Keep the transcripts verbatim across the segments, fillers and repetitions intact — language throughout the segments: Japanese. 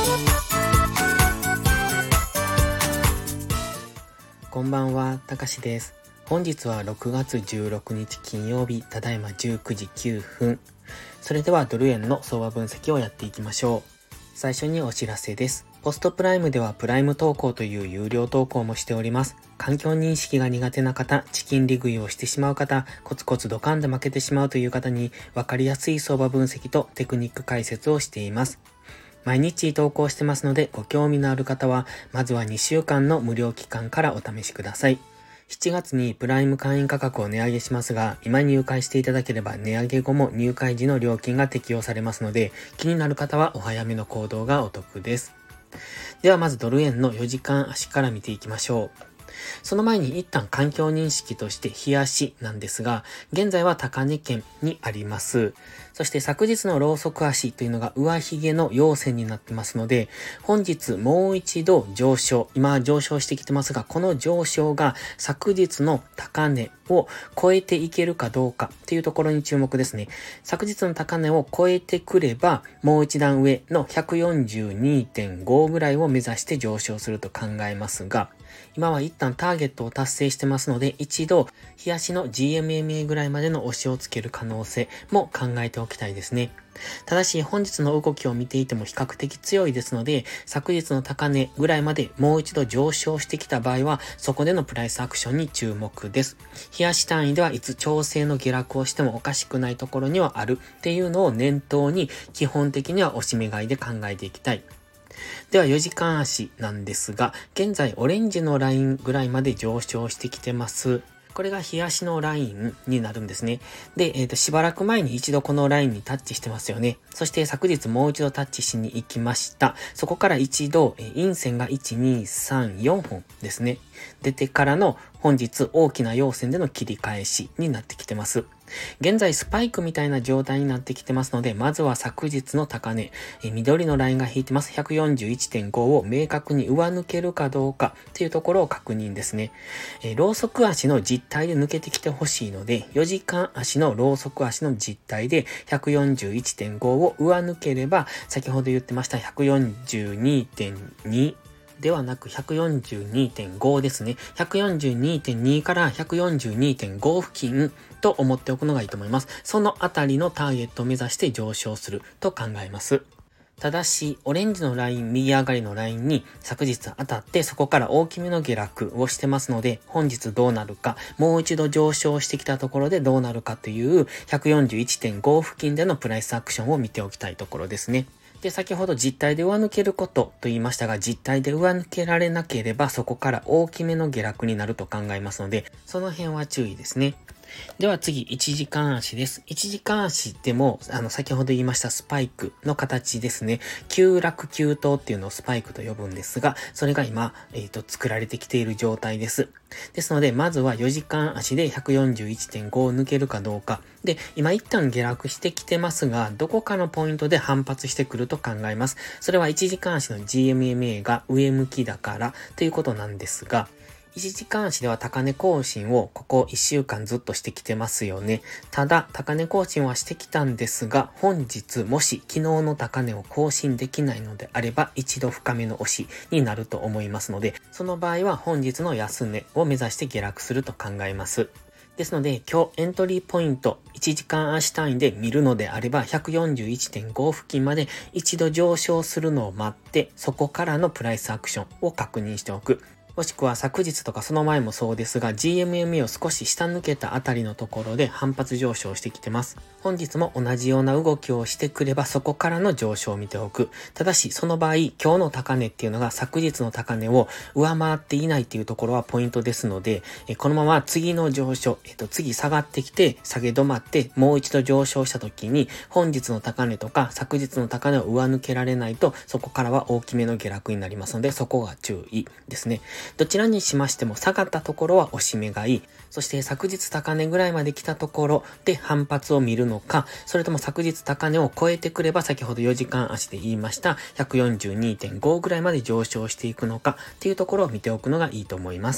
こんばんは、たかしです。本日はろくがつじゅうろくにち金曜日、ただいまじゅうくじきゅうふん。それではドル円の相場分析をやっていきましょう。最初にお知らせです。ポストプライムではプライム投稿という有料投稿もしております。環境認識が苦手な方、チキン利食いをしてしまう方、コツコツドカンで負けてしまうという方に分かりやすい相場分析とテクニック解説をしています。毎日投稿してますので、ご興味のある方は、まずはにしゅうかんの無料期間からお試しください。しちがつにプライム会員価格を値上げしますが、今入会していただければ値上げ後も入会時の料金が適用されますので、気になる方はお早めの行動がお得です。ではまずドル円のよじかん足から見ていきましょう。その前に一旦環境認識として日足なんですが、現在は高値圏にあります。そして昨日のローソク足というのが上髭の陽線になってますので、本日もう一度上昇、今上昇してきてますが、この上昇が昨日の高値を超えていけるかどうかっていうところに注目ですね。昨日の高値を超えてくれば、もう一段上の ひゃくよんじゅうにてんご ぐらいを目指して上昇すると考えますが、今は一旦ターゲットを達成してますので、一度、日足の ジーエムエムエー ぐらいまでの押しをつける可能性も考えておきたいですね。ただし、本日の動きを見ていても比較的強いですので、昨日の高値ぐらいまでもう一度上昇してきた場合は、そこでのプライスアクションに注目です。日足単位ではいつ調整の下落をしてもおかしくないところにはあるっていうのを念頭に、基本的には押し目買いで考えていきたい。ではよじかん足なんですが、現在オレンジのラインぐらいまで上昇してきてます。これが日足のラインになるんですね。で、えっと、しばらく前に一度このラインにタッチしてますよね。そして昨日もう一度タッチしに行きました。そこから一度、え陰線がいち、に、さん、よんほんですね。出てからの本日大きな陽線での切り返しになってきてます。現在スパイクみたいな状態になってきてますので、まずは昨日の高値、え緑のラインが引いてます ひゃくよんじゅういってんご を明確に上抜けるかどうかっていうところを確認ですね。えローソク足の実体で抜けてきてほしいので、よじかん足のローソク足の実体で ひゃくよんじゅういってんご を上抜ければ、先ほど言ってました ひゃくよんじゅうにてんにではなく ひゃくよんじゅうにてんご ですね。ひゃくよんじゅうにてんに から ひゃくよんじゅうにてんご 付近と思っておくのがいいと思います。そのあたりのターゲットを目指して上昇すると考えます。ただし、オレンジのライン、右上がりのラインに昨日当たってそこから大きめの下落をしてますので、本日どうなるか、もう一度上昇してきたところでどうなるかという ひゃくよんじゅういってんご 付近でのプライスアクションを見ておきたいところですね。で、先ほど実体で上抜けることと言いましたが、実体で上抜けられなければそこから大きめの下落になると考えますので、その辺は注意ですね。では次、いちじかん足です。いちじかん足でも、あの、先ほど言いましたスパイクの形ですね。急落急騰っていうのをスパイクと呼ぶんですが、それが今、えっと、作られてきている状態です。ですので、まずはよじかん足で ひゃくよんじゅういってんご を抜けるかどうか。で、今一旦下落してきてますが、どこかのポイントで反発してくると考えます。それはいちじかん足の ジーエムエムエー が上向きだからということなんですが、いちじかん足では高値更新をここいっしゅうかんずっとしてきてますよね。ただ、高値更新はしてきたんですが、本日もし昨日の高値を更新できないのであれば、一度深めの押しになると思いますので、その場合は本日の安値を目指して下落すると考えます。ですので、今日エントリーポイントいちじかん足単位で見るのであれば ひゃくよんじゅういってんご 付近まで一度上昇するのを待って、そこからのプライスアクションを確認しておく。もしくは昨日とかその前もそうですが ジーエムエムエー を少し下抜けたあたりのところで反発上昇してきてます。本日も同じような動きをしてくればそこからの上昇を見ておく。ただしその場合今日の高値っていうのが昨日の高値を上回っていないっていうところはポイントですので、えこのまま次の上昇、えっと次下がってきて下げ止まってもう一度上昇した時に本日の高値とか昨日の高値を上抜けられないとそこからは大きめの下落になりますのでそこが注意ですね。どちらにしましても下がったところは押し目買い、そして昨日高値ぐらいまで来たところで反発を見るのか、それとも昨日高値を超えてくれば先ほどよじかん足で言いました ひゃくよんじゅうにてんご ぐらいまで上昇していくのかっていうところを見ておくのがいいと思います。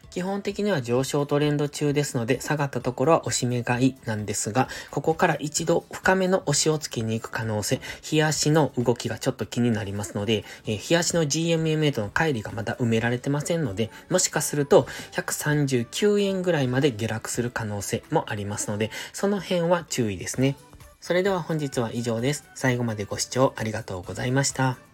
基本的には上昇トレンド中ですので、下がったところは押し目買いなんですが、ここから一度深めの押しをつけに行く可能性、日足の動きがちょっと気になりますので、えー、日足の ジーエムエムエー との乖離がまだ埋められてませんので、もしかするとひゃくさんじゅうきゅうえんぐらいまで下落する可能性もありますので、その辺は注意ですね。それでは本日は以上です。最後までご視聴ありがとうございました。